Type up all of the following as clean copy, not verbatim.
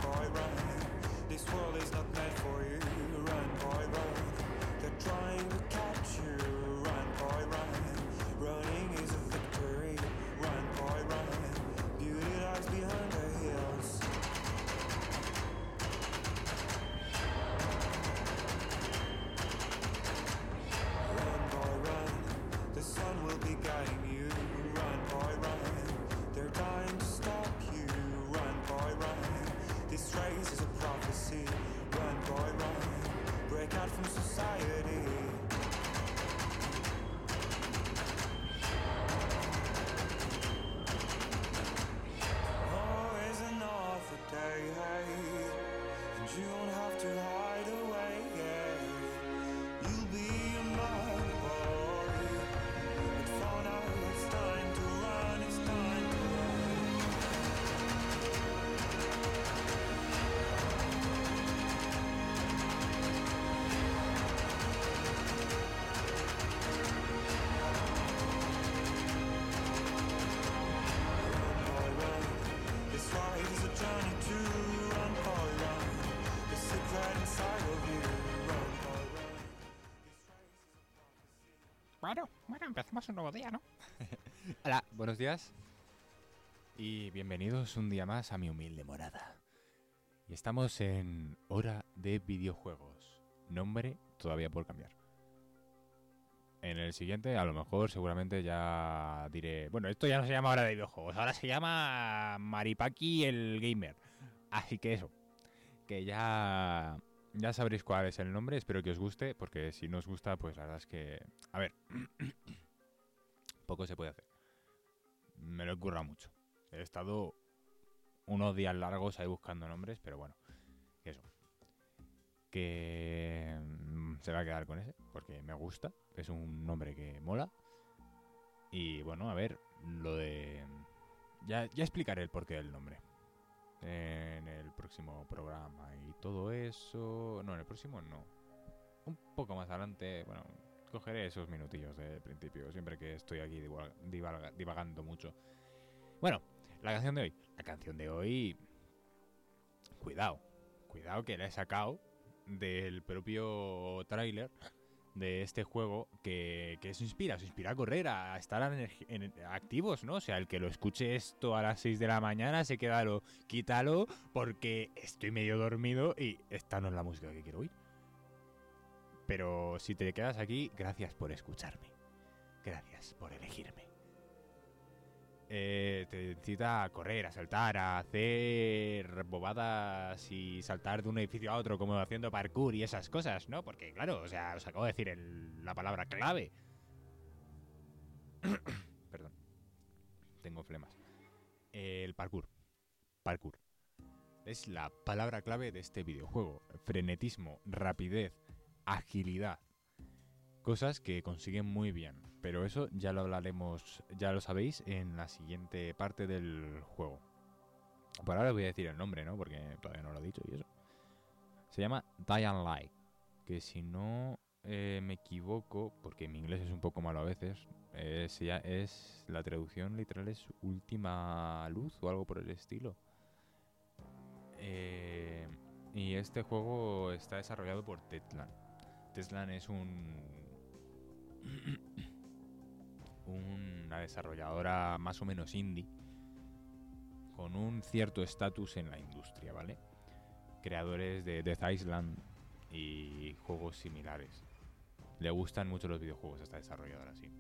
boy, run. This world is not meant for you. Run, boy, run. They're trying to catch you. Run, boy, run. Running is a victory. Run, boy, run. Beauty lies behind the hills. Run, boy, run. The sun will be guiding you. Run, boy, run. They're dying to stop you. Run, boy, run. This race is a prophecy. Run, boy, run. Break out from society. Oh, is another day, hey, and you don't have to hide away, yeah. You'll be a mad boy, but for now it's time to run, it's time to run. Run, boy, run. This ride is a journey to run, boy, run. The secret inside of you. Run, boy, run. This race is a prophecy. Bueno, empezamos un nuevo día, ¿no? Hola, buenos días. Y bienvenidos un día más a mi humilde morada. Y estamos en Hora de Videojuegos. Nombre todavía por cambiar. En el siguiente, a lo mejor, seguramente ya diré... Bueno, esto ya no se llama Hora de Videojuegos. Ahora se llama Maripaki el Gamer. Así que eso. Que ya sabréis cuál es el nombre. Espero que os guste. Porque si no os gusta, pues la verdad es que... A ver... Poco se puede hacer. Me lo he currado mucho. He estado unos días largos ahí buscando nombres, pero bueno, que eso. Que se va a quedar con ese, porque me gusta. Es un nombre que mola. Y bueno, a ver, lo de... Ya explicaré el porqué del nombre en el próximo programa y todo eso. No, en el próximo no. Un poco más adelante, bueno, cogeré esos minutillos del principio, siempre que estoy aquí divagando mucho. Bueno, la canción de hoy. La canción de hoy... Cuidado que la he sacado del propio tráiler de este juego que se inspira a correr, a estar activos, ¿no? O sea, el que lo escuche esto a las 6 de la mañana se queda quítalo porque estoy medio dormido y esta no es la música que quiero oír. Pero si te quedas aquí, gracias por escucharme. Gracias por elegirme. Te incita a correr, a saltar, a hacer bobadas y saltar de un edificio a otro como haciendo parkour y esas cosas, ¿no? Porque claro, o sea, os acabo de decir la palabra clave. Perdón. Tengo flemas. El parkour. Parkour. Es la palabra clave de este videojuego. Frenetismo, rapidez, agilidad. Cosas que consiguen muy bien, pero eso ya lo hablaremos, ya lo sabéis, en la siguiente parte del juego. Por ahora os voy a decir el nombre, ¿no? Porque todavía no lo he dicho y eso. Se llama Dying Light, que si no me equivoco, porque mi inglés es un poco malo a veces, es la traducción literal es Última Luz o algo por el estilo. Y este juego está desarrollado por Tezlan. Tezlan es una desarrolladora más o menos indie con un cierto estatus en la industria, ¿vale? Creadores de Death Island y juegos similares. Le gustan mucho los videojuegos a esta desarrolladora, sí.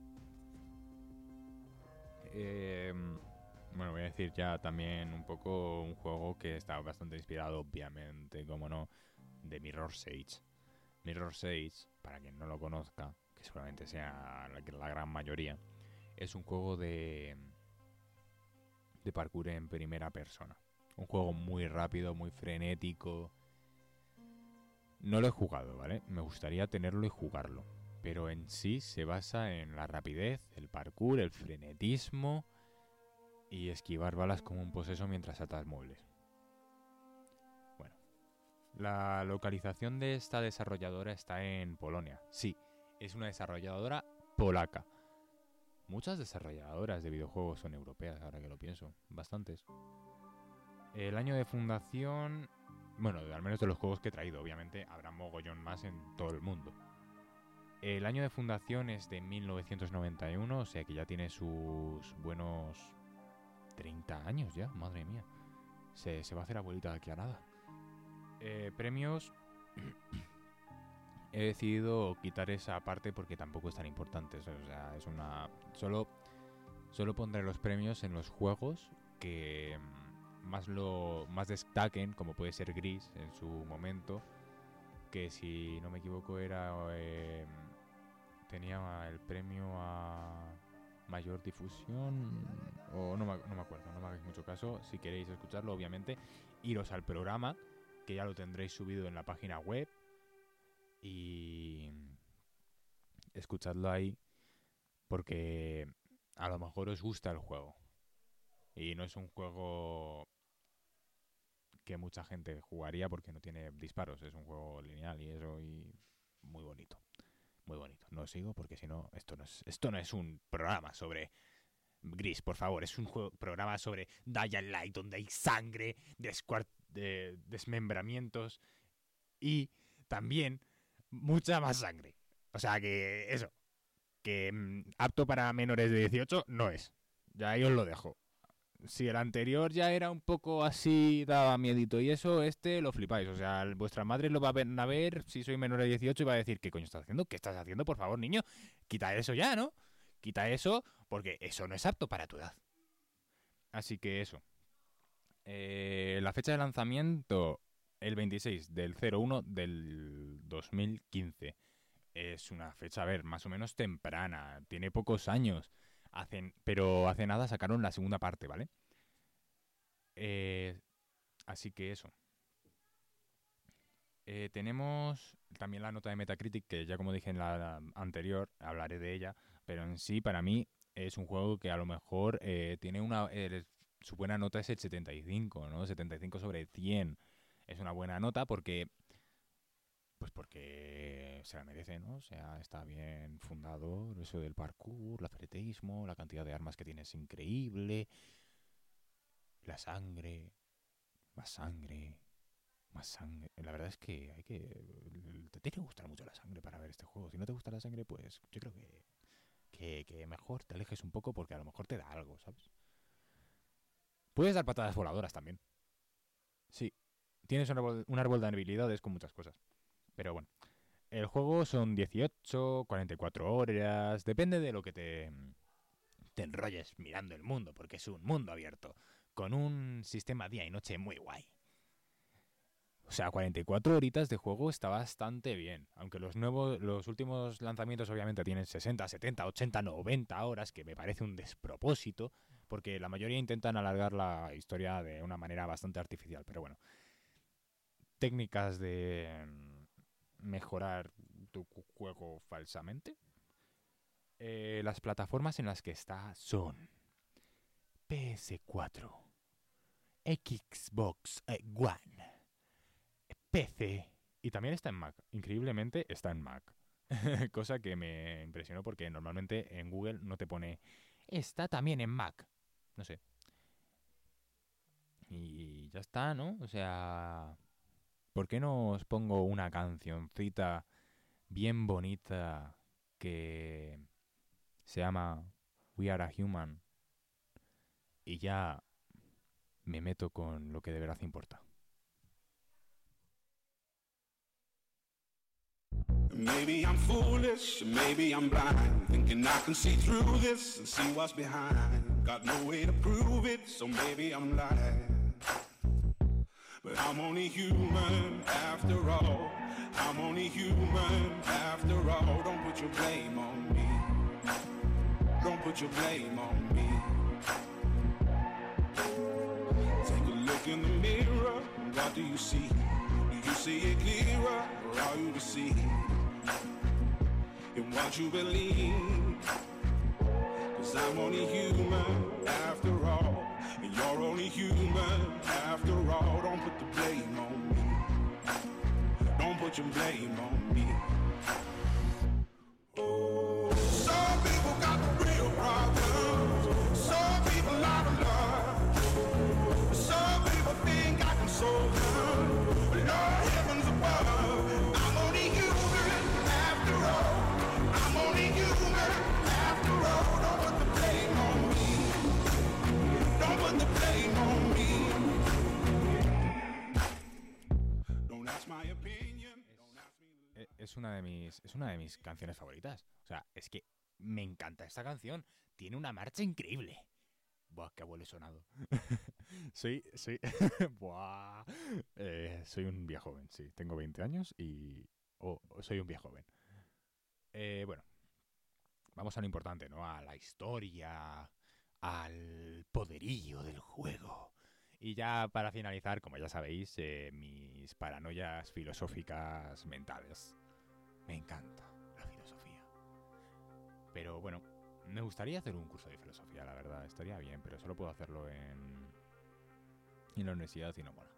Bueno, voy a decir ya también un poco un juego que está bastante inspirado, obviamente, como no, de Mirror's Edge. Mirror's Edge, para quien no lo conozca, que seguramente sea la gran mayoría, es un juego de parkour en primera persona. Un juego muy rápido, muy frenético. No lo he jugado, ¿vale? Me gustaría tenerlo y jugarlo. Pero en sí se basa en la rapidez, el parkour, el frenetismo y esquivar balas como un poseso mientras atas muebles. Bueno, la localización de esta desarrolladora está en Polonia. Sí, es una desarrolladora polaca. Muchas desarrolladoras de videojuegos son europeas, ahora que lo pienso. Bastantes. El año de fundación... Bueno, al menos de los juegos que he traído. Obviamente habrá mogollón más en todo el mundo. El año de fundación es de 1991, o sea que ya tiene sus buenos 30 años ya, madre mía. Se va a hacer abuelita de aquí a nada. Premios... He decidido quitar esa parte porque tampoco es tan importante. O sea, es una... Solo pondré los premios en los juegos que más destaquen, como puede ser Gris en su momento, que si no me equivoco era... tenía el premio a mayor difusión, o no me acuerdo, no me hagáis mucho caso. Si queréis escucharlo, obviamente, iros al programa, que ya lo tendréis subido en la página web, y escuchadlo ahí, porque a lo mejor os gusta el juego. Y no es un juego que mucha gente jugaría porque no tiene disparos. Es un juego lineal y eso, y muy bonito. Muy bonito. No sigo porque si no, esto no es un programa sobre Gris, por favor. Es un programa sobre Dying Light, donde hay sangre, desmembramientos y también mucha más sangre. O sea que eso, que apto para menores de 18 no es. Ya ahí os lo dejo. Si el anterior ya era un poco así, daba miedito y eso, lo flipáis. O sea, vuestra madre lo va a ver si soy menor de 18 y va a decir, ¿qué coño estás haciendo? ¿Qué estás haciendo? Por favor, niño, quita eso ya, ¿no? Quita eso, porque eso no es apto para tu edad. Así que eso. La fecha de lanzamiento, el 26 del 01 del 2015. Es una fecha, a ver, más o menos temprana. Tiene pocos años. Pero hace nada sacaron la segunda parte, ¿vale? Así que eso. Tenemos también la nota de Metacritic, que ya como dije en la anterior, hablaré de ella. Pero en sí, para mí, es un juego que a lo mejor tiene su buena nota es el 75, ¿no? 75 sobre 100. Es una buena nota porque... Pues porque se la merece, ¿no? O sea, está bien fundado eso del parkour, el atletismo, la cantidad de armas que tiene es increíble. La sangre, más sangre, más sangre. La verdad es que te tiene que gustar mucho la sangre para ver este juego. Si no te gusta la sangre, pues yo creo que mejor te alejes un poco porque a lo mejor te da algo, ¿sabes? Puedes dar patadas voladoras también. Sí, tienes un árbol de habilidades con muchas cosas. Pero bueno, el juego son 18, 44 horas, depende de lo que te enrolles mirando el mundo, porque es un mundo abierto, con un sistema día y noche muy guay. O sea, 44 horitas de juego está bastante bien, aunque los últimos lanzamientos obviamente tienen 60, 70, 80, 90 horas, que me parece un despropósito, porque la mayoría intentan alargar la historia de una manera bastante artificial, pero bueno. Técnicas de... mejorar tu juego falsamente. Las plataformas en las que está son PS4, Xbox One, PC y también está en Mac. Increíblemente está en Mac. Cosa que me impresionó porque normalmente en Google no te pone está también en Mac. No sé. Y ya está, ¿no? O sea... ¿Por qué no os pongo una cancioncita bien bonita que se llama We Are a Human? Y ya me meto con lo que de verdad importa. Maybe I'm foolish, maybe I'm blind, thinking I can see through this and see what's behind. Got no way to prove it, so maybe I'm lying. But I'm only human after all. I'm only human after all. Don't put your blame on me. Don't put your blame on me. Take a look in the mirror. What do you see? Do you see it clearer, or are you deceived in what you believe? 'Cause I'm only human after all. And you're only human after all. Don't put the blame on me. Don't put your blame on me. Oh, some people got real problems. Some people out of love. Some people feel es una de mis canciones favoritas. O sea, es que me encanta esta canción. Tiene una marcha increíble. Buah, qué abuelo he sonado. soy, buah. Soy un viejo joven, sí. Tengo 20 años y soy un viejo joven. Bueno, vamos a lo importante, ¿no? A la historia, al poderío del juego. Y ya para finalizar, como ya sabéis, mis paranoias filosóficas mentales. Me encanta la filosofía. Pero bueno, me gustaría hacer un curso de filosofía, la verdad. Estaría bien, pero solo puedo hacerlo en la universidad y no mola.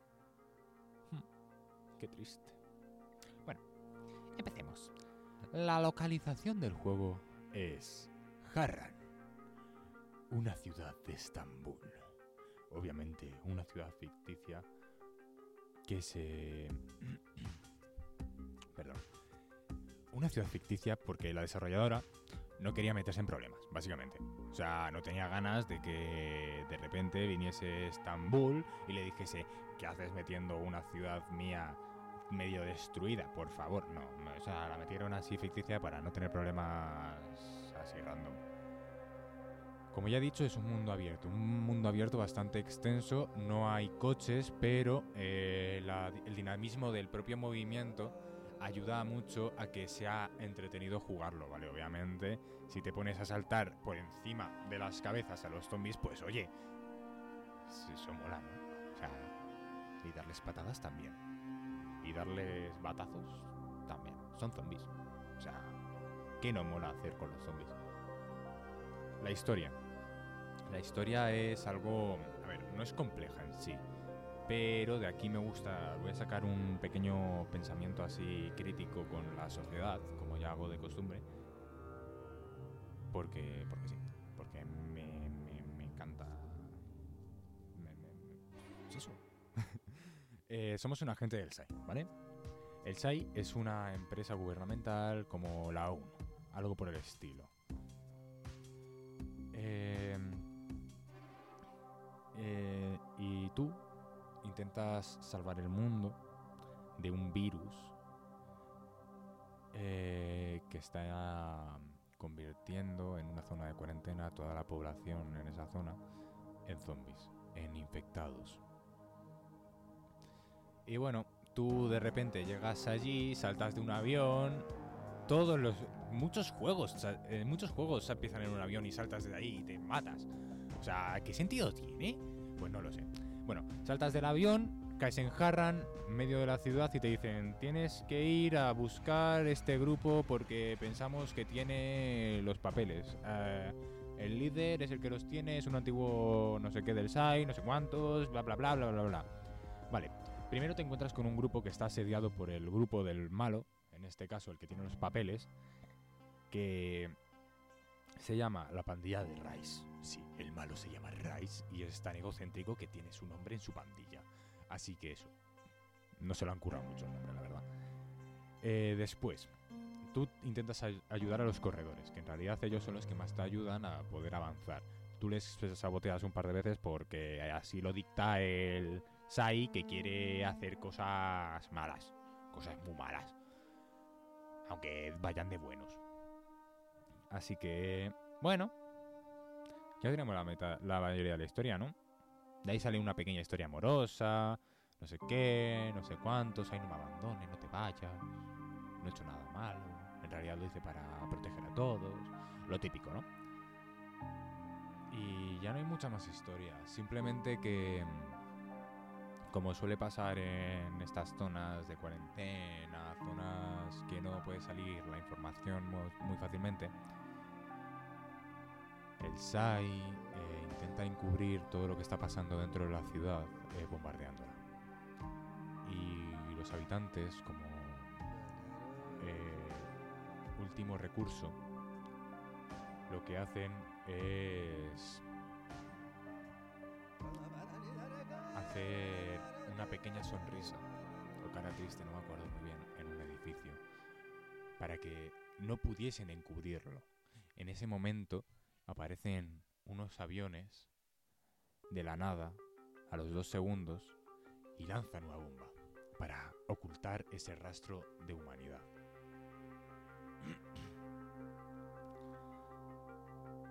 Qué triste. Bueno, empecemos. La localización del juego es Harran, una ciudad de Estambul. Obviamente, una ciudad ficticia que se... Perdón. Una ciudad ficticia porque la desarrolladora no quería meterse en problemas, básicamente. O sea, no tenía ganas de que de repente viniese Estambul y le dijese, ¿qué haces metiendo una ciudad mía medio destruida? Por favor, no. O sea, la metieron así ficticia para no tener problemas así random. Como ya he dicho, es un mundo abierto bastante extenso, no hay coches, pero el dinamismo del propio movimiento ayuda mucho a que sea entretenido jugarlo, ¿vale? Obviamente, si te pones a saltar por encima de las cabezas a los zombies, pues oye, eso mola, ¿no? O sea, y darles patadas también. Y darles batazos también. Son zombies. O sea, ¿qué no mola hacer con los zombies? La historia. La historia es algo... A ver, no es compleja en sí. Pero de aquí me gusta... Voy a sacar un pequeño pensamiento así crítico con la sociedad, como ya hago de costumbre. Porque sí. Porque me encanta... Es eso. Somos un agente del SAI, ¿vale? El SAI es una empresa gubernamental como la ONU. Algo por el estilo. Y tú intentas salvar el mundo de un virus que está convirtiendo en una zona de cuarentena a toda la población en esa zona en zombies, en infectados. Y bueno, tú de repente llegas allí, saltas de un avión. Muchos juegos empiezan en un avión y saltas de ahí y te matas. O sea, ¿qué sentido tiene? Pues no lo sé. Bueno, saltas del avión, caes en Harran, en medio de la ciudad, y te dicen, tienes que ir a buscar este grupo porque pensamos que tiene los papeles. El líder es el que los tiene, es un antiguo no sé qué del SAI, no sé cuántos, bla bla bla bla bla bla. Vale, primero te encuentras con un grupo que está asediado por el grupo del malo, en este caso el que tiene los papeles, que se llama la pandilla de Rice. Sí, el malo se llama Rice y es tan egocéntrico que tiene su nombre en su pandilla. Así que eso, no se lo han currado mucho el nombre, la verdad. Después, tú intentas ayudar a los corredores, que en realidad ellos son los que más te ayudan a poder avanzar. Tú les saboteas un par de veces porque así lo dicta el SAI, que quiere hacer cosas malas, cosas muy malas, aunque vayan de buenos. Así que, bueno, ya tenemos la mayoría de la historia, ¿no? De ahí sale una pequeña historia amorosa, no sé qué, no sé cuántos, ay, no me abandones, no te vayas, no he hecho nada malo, en realidad lo hice para proteger a todos, lo típico, ¿no? Y ya no hay mucha más historia, simplemente que, como suele pasar en estas zonas de cuarentena, zonas que no puede salir la información muy fácilmente, el SAI intenta encubrir todo lo que está pasando dentro de la ciudad, bombardeándola. Y los habitantes, como último recurso, lo que hacen es hacer una pequeña sonrisa o cara triste, no me acuerdo muy bien, en un edificio, para que no pudiesen encubrirlo. En ese momento aparecen unos aviones de la nada a los 2 segundos y lanzan una bomba para ocultar ese rastro de humanidad.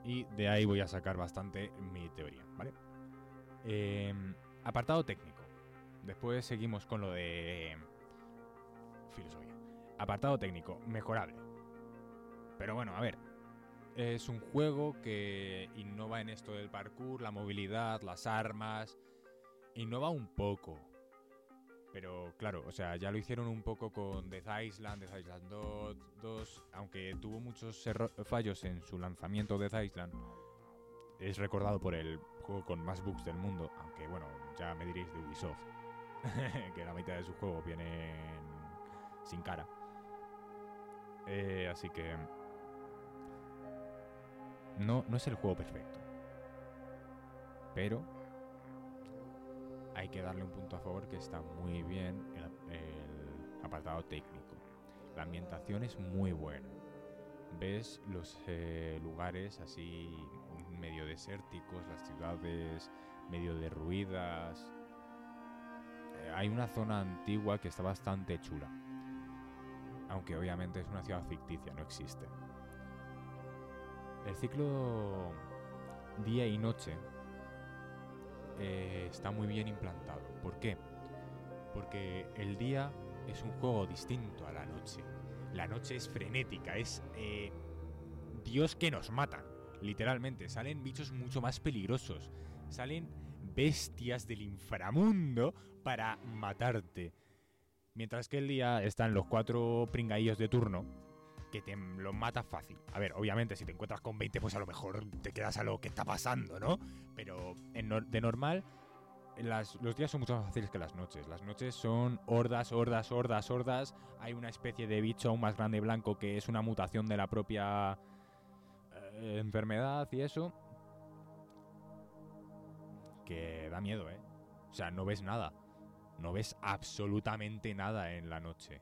Y de ahí voy a sacar bastante mi teoría, ¿vale? Apartado técnico. Después seguimos con lo de filosofía. Apartado técnico, mejorable. Pero bueno, a ver. Es un juego que innova en esto del parkour, la movilidad, las armas. Innova un poco. Pero claro, o sea, ya lo hicieron un poco con Death Island 2, aunque tuvo muchos fallos en su lanzamiento Death Island. Es recordado por el juego con más bugs del mundo, aunque bueno, ya me diréis de Ubisoft, que la mitad de sus juegos vienen sin cara. Así que no es el juego perfecto, pero hay que darle un punto a favor, que está muy bien el apartado técnico. La ambientación es muy buena. Ves los lugares así medio desérticos, las ciudades medio derruidas. Hay una zona antigua que está bastante chula, aunque obviamente es una ciudad ficticia, no existe. El ciclo día y noche está muy bien implantado. ¿Por qué? Porque el día es un juego distinto a la noche. La noche es frenética, es Dios que nos mata. Literalmente, salen bichos mucho más peligrosos. Salen bestias del inframundo para matarte. Mientras que el día están los 4 pringaillos de turno que te lo matas fácil. A ver, obviamente si te encuentras con 20, pues a lo mejor te quedas a lo que está pasando, ¿no? Pero de normal, los días son mucho más fáciles que las noches. Las noches son hordas. Hay una especie de bicho aún más grande blanco que es una mutación de la propia enfermedad y eso. Que da miedo, ¿eh? O sea, no ves nada. No ves absolutamente nada en la noche.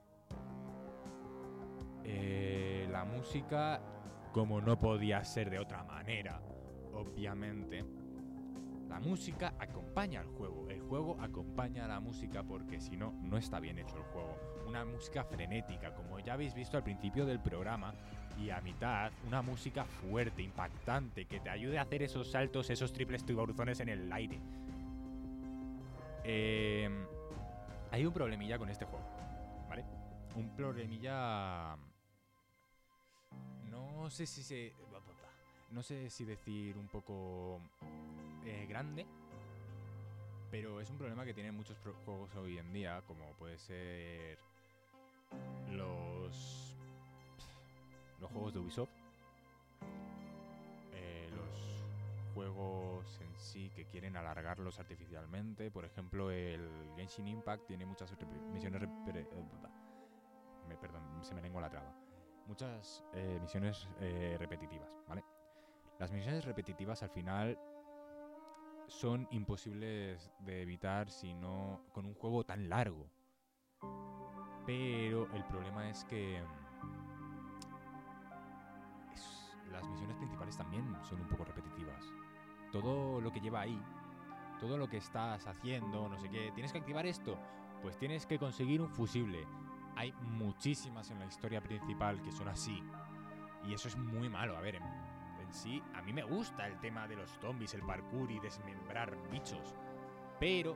La música, como no podía ser de otra manera, obviamente, la música acompaña al juego. El juego acompaña a la música porque si no, no está bien hecho el juego. Una música frenética, como ya habéis visto al principio del programa, y a mitad, una música fuerte, impactante, que te ayude a hacer esos saltos, esos triples tiburones en el aire. Hay un problemilla con este juego, ¿vale? Un problemilla... No sé si decir un poco grande, pero es un problema que tienen muchos juegos hoy en día, como puede ser los juegos de Ubisoft, los juegos en sí que quieren alargarlos artificialmente. Por ejemplo, el Genshin Impact tiene muchas misiones perdón, se me lengua la traba. Muchas misiones repetitivas, ¿vale? Las misiones repetitivas al final son imposibles de evitar si no con un juego tan largo. Pero el problema es que las misiones principales también son un poco repetitivas. Todo lo que lleva ahí, todo lo que estás haciendo, no sé qué, tienes que activar esto, pues tienes que conseguir un fusible. Hay muchísimas en la historia principal que son así. Y eso es muy malo. A ver, en sí, a mí me gusta el tema de los zombies, el parkour y desmembrar bichos. Pero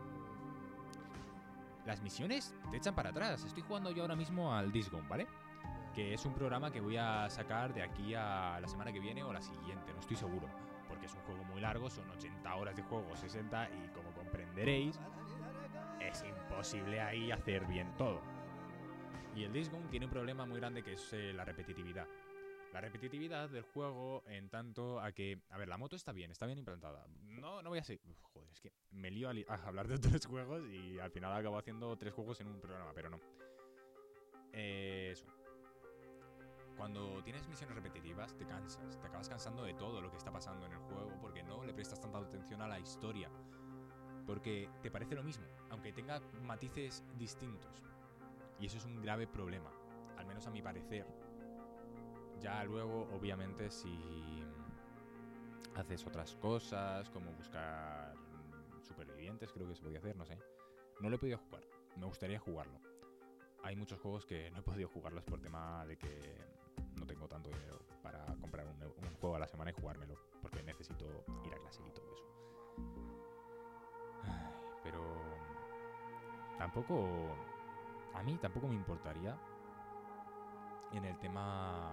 las misiones te echan para atrás. Estoy jugando yo ahora mismo al Disgone, ¿vale? Que es un programa que voy a sacar de aquí a la semana que viene o la siguiente, no estoy seguro. Porque es un juego muy largo, son 80 horas de juego, 60, y como comprenderéis, es imposible ahí hacer bien todo. Y el Disgone tiene un problema muy grande que es la repetitividad. La repetitividad del juego en tanto a que... A ver, la moto está bien implantada. No voy a seguir... Joder, es que me lío a hablar de 3 juegos y al final acabo haciendo 3 juegos en un programa, pero no. Eso. Cuando tienes misiones repetitivas te cansas. Te acabas cansando de todo lo que está pasando en el juego porque no le prestas tanta atención a la historia. Porque te parece lo mismo, aunque tenga matices distintos. Y eso es un grave problema, al menos a mi parecer. Ya luego, obviamente, si haces otras cosas, como buscar supervivientes, creo que se podía hacer, no sé. No lo he podido jugar, me gustaría jugarlo. Hay muchos juegos que no he podido jugarlos por tema de que no tengo tanto dinero para comprar un juego a la semana y jugármelo, porque necesito ir a clase y todo eso. Ay, pero a mí tampoco me importaría en el tema,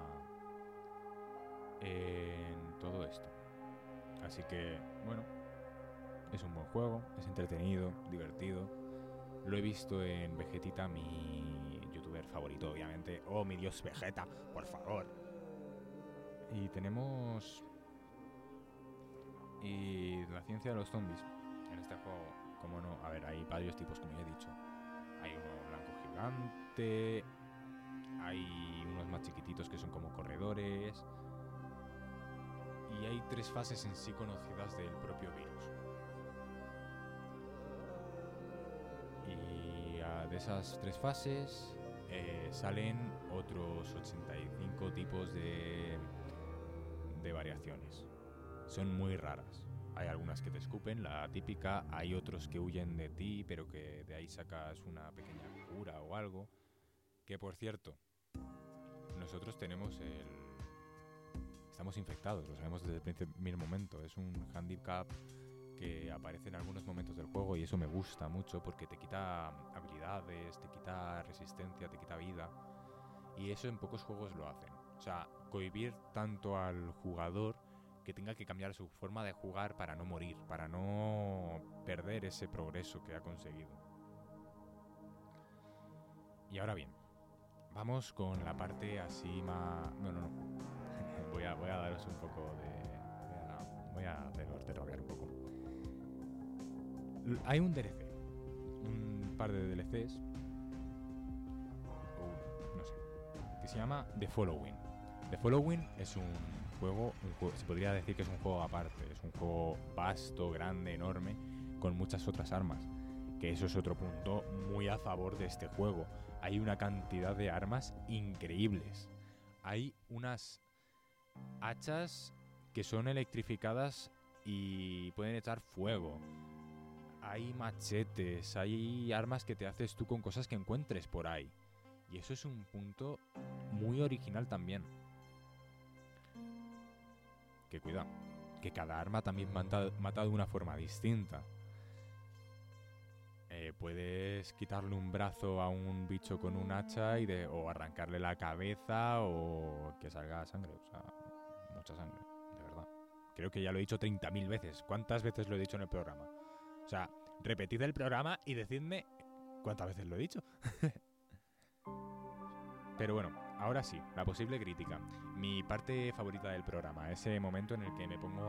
en todo esto. Así que, bueno, es un buen juego, es entretenido, divertido. Lo he visto en Vegetita, mi youtuber favorito, obviamente. ¡Oh, mi Dios, Vegeta! ¡Por favor! Y tenemos... Y la ciencia de los zombies. En este juego, como no... A ver, hay varios tipos, como ya he dicho. Hay uno blanco gigante. Hay unos más chiquititos que son como corredores. Y hay 3 fases en sí conocidas del propio virus. Y de esas 3 fases salen otros 85 tipos de variaciones. Son muy raras. Hay algunas que te escupen, la típica. Hay otros que huyen de ti, pero que de ahí sacas una pequeña cura o algo. Que, por cierto, nosotros tenemos estamos infectados, lo sabemos desde el primer momento. Es un handicap que aparece en algunos momentos del juego y eso me gusta mucho porque te quita habilidades, te quita resistencia, te quita vida. Y eso en pocos juegos lo hacen. O sea, cohibir tanto al jugador que tenga que cambiar su forma de jugar para no morir, para no perder ese progreso que ha conseguido. Y ahora bien, vamos con la parte así más... No. voy a daros un poco de... Voy a haceros terrorear un poco. Hay un DLC. Un par de DLCs. O no sé. Que se llama The Following. The Following es un juego, se podría decir que es un juego aparte. Es un juego vasto, grande, enorme, con muchas otras armas. Que eso es otro punto muy a favor de este juego. Hay una cantidad de armas increíbles. Hay unas hachas que son electrificadas y pueden echar fuego. Hay machetes, hay armas que te haces tú con cosas que encuentres por ahí. Y eso es un punto muy original también. Que cuidado, que cada arma también mata de una forma distinta. Puedes quitarle un brazo a un bicho con un hacha o arrancarle la cabeza o que salga sangre. O sea, mucha sangre, de verdad. Creo que ya lo he dicho 30.000 veces. ¿Cuántas veces lo he dicho en el programa? O sea, repetid el programa y decidme cuántas veces lo he dicho. Pero bueno, ahora sí, la posible crítica. Mi parte favorita del programa, ese momento en el que me pongo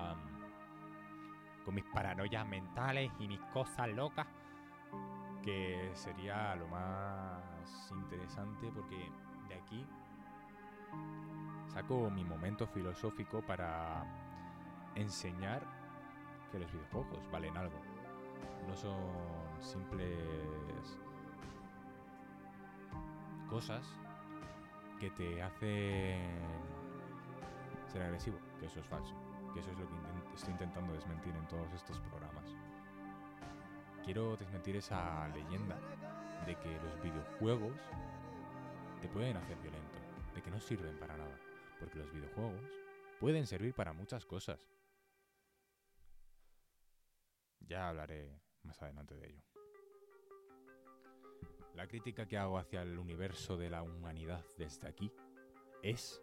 con mis paranoias mentales y mis cosas locas, que sería lo más interesante porque de aquí saco mi momento filosófico para enseñar que los videojuegos valen algo. No son simples cosas que te hacen ser agresivo, que eso es falso, que eso es lo que estoy intentando desmentir en todos estos programas. Quiero desmentir esa leyenda de que los videojuegos te pueden hacer violento, de que no sirven para nada, porque los videojuegos pueden servir para muchas cosas. Ya hablaré más adelante de ello. La crítica que hago hacia el universo de la humanidad desde aquí es: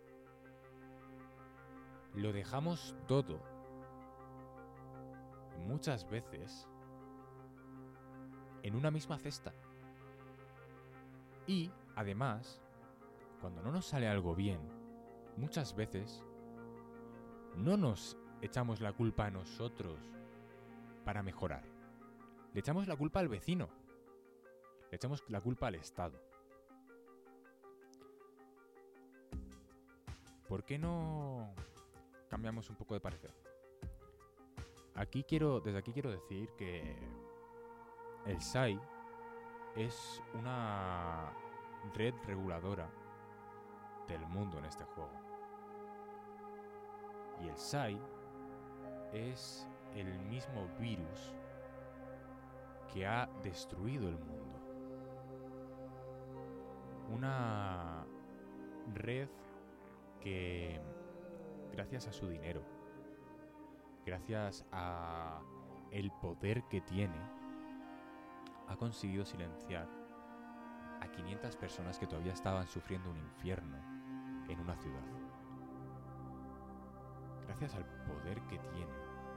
lo dejamos todo, muchas veces, en una misma cesta. Y, además, cuando no nos sale algo bien, muchas veces no nos echamos la culpa a nosotros para mejorar. Le echamos la culpa al vecino. Le echamos la culpa al Estado. ¿Por qué no cambiamos un poco de parecer? Desde aquí quiero decir que el SAI es una red reguladora del mundo en este juego. Y el SAI es el mismo virus que ha destruido el mundo. Una red que gracias a su dinero, gracias a el poder que tiene, ha conseguido silenciar a 500 personas que todavía estaban sufriendo un infierno en una ciudad. Gracias al poder que tiene,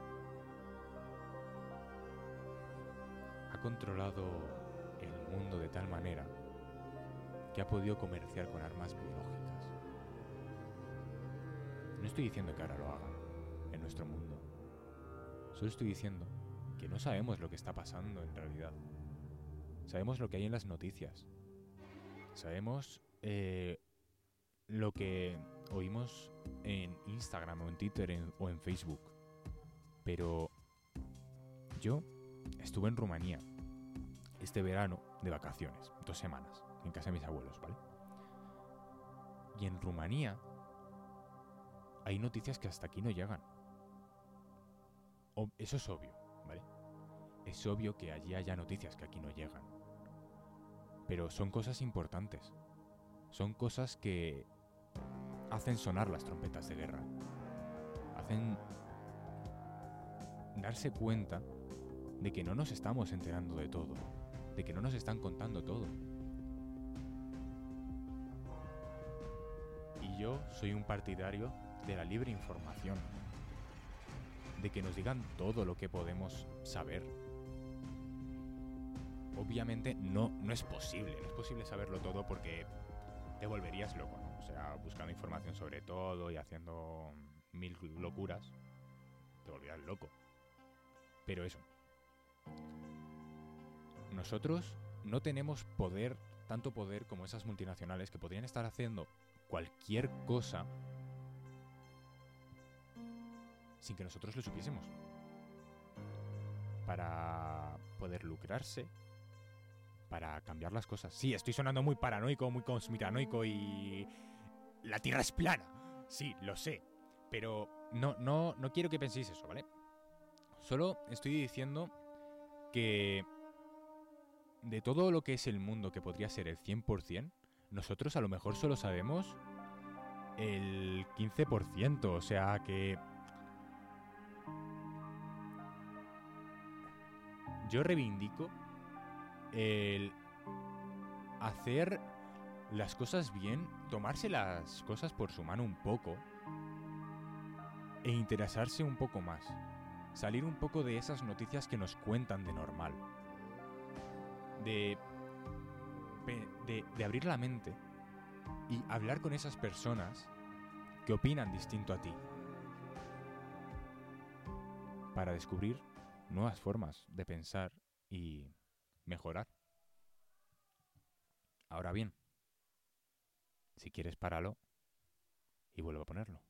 ha controlado el mundo de tal manera que ha podido comerciar con armas biológicas. No estoy diciendo que ahora lo haga en nuestro mundo. Solo estoy diciendo que no sabemos lo que está pasando en realidad. Sabemos lo que hay en las noticias. Sabemos lo que oímos en Instagram o en Twitter o en Facebook. Pero yo estuve en Rumanía este verano de vacaciones, 2 semanas, en casa de mis abuelos, ¿vale? Y en Rumanía hay noticias que hasta aquí no llegan. Eso es obvio, ¿vale? Es obvio que allí haya noticias que aquí no llegan. Pero son cosas importantes. Son cosas que hacen sonar las trompetas de guerra. Hacen darse cuenta de que no nos estamos enterando de todo. De que no nos están contando todo. Y yo soy un partidario de la libre información. De que nos digan todo lo que podemos saber. Obviamente no es posible. No es posible saberlo todo porque te volverías loco, ¿no? O sea, buscando información sobre todo y haciendo 1000 locuras, te volverías loco. Pero eso. Nosotros no tenemos poder, tanto poder como esas multinacionales que podrían estar haciendo cualquier cosa sin que nosotros lo supiésemos. Para poder lucrarse, para cambiar las cosas. Sí, estoy sonando muy paranoico, muy conspiranoico y la Tierra es plana. Sí, lo sé. Pero no quiero que penséis eso, ¿vale? Solo estoy diciendo que de todo lo que es el mundo, que podría ser el 100%, nosotros a lo mejor solo sabemos el 15%. O sea que yo reivindico el hacer las cosas bien, tomarse las cosas por su mano un poco e interesarse un poco más. Salir un poco de esas noticias que nos cuentan de normal. De abrir la mente y hablar con esas personas que opinan distinto a ti. Para descubrir nuevas formas de pensar y mejorar. Ahora bien, si quieres, páralo y vuelvo a ponerlo.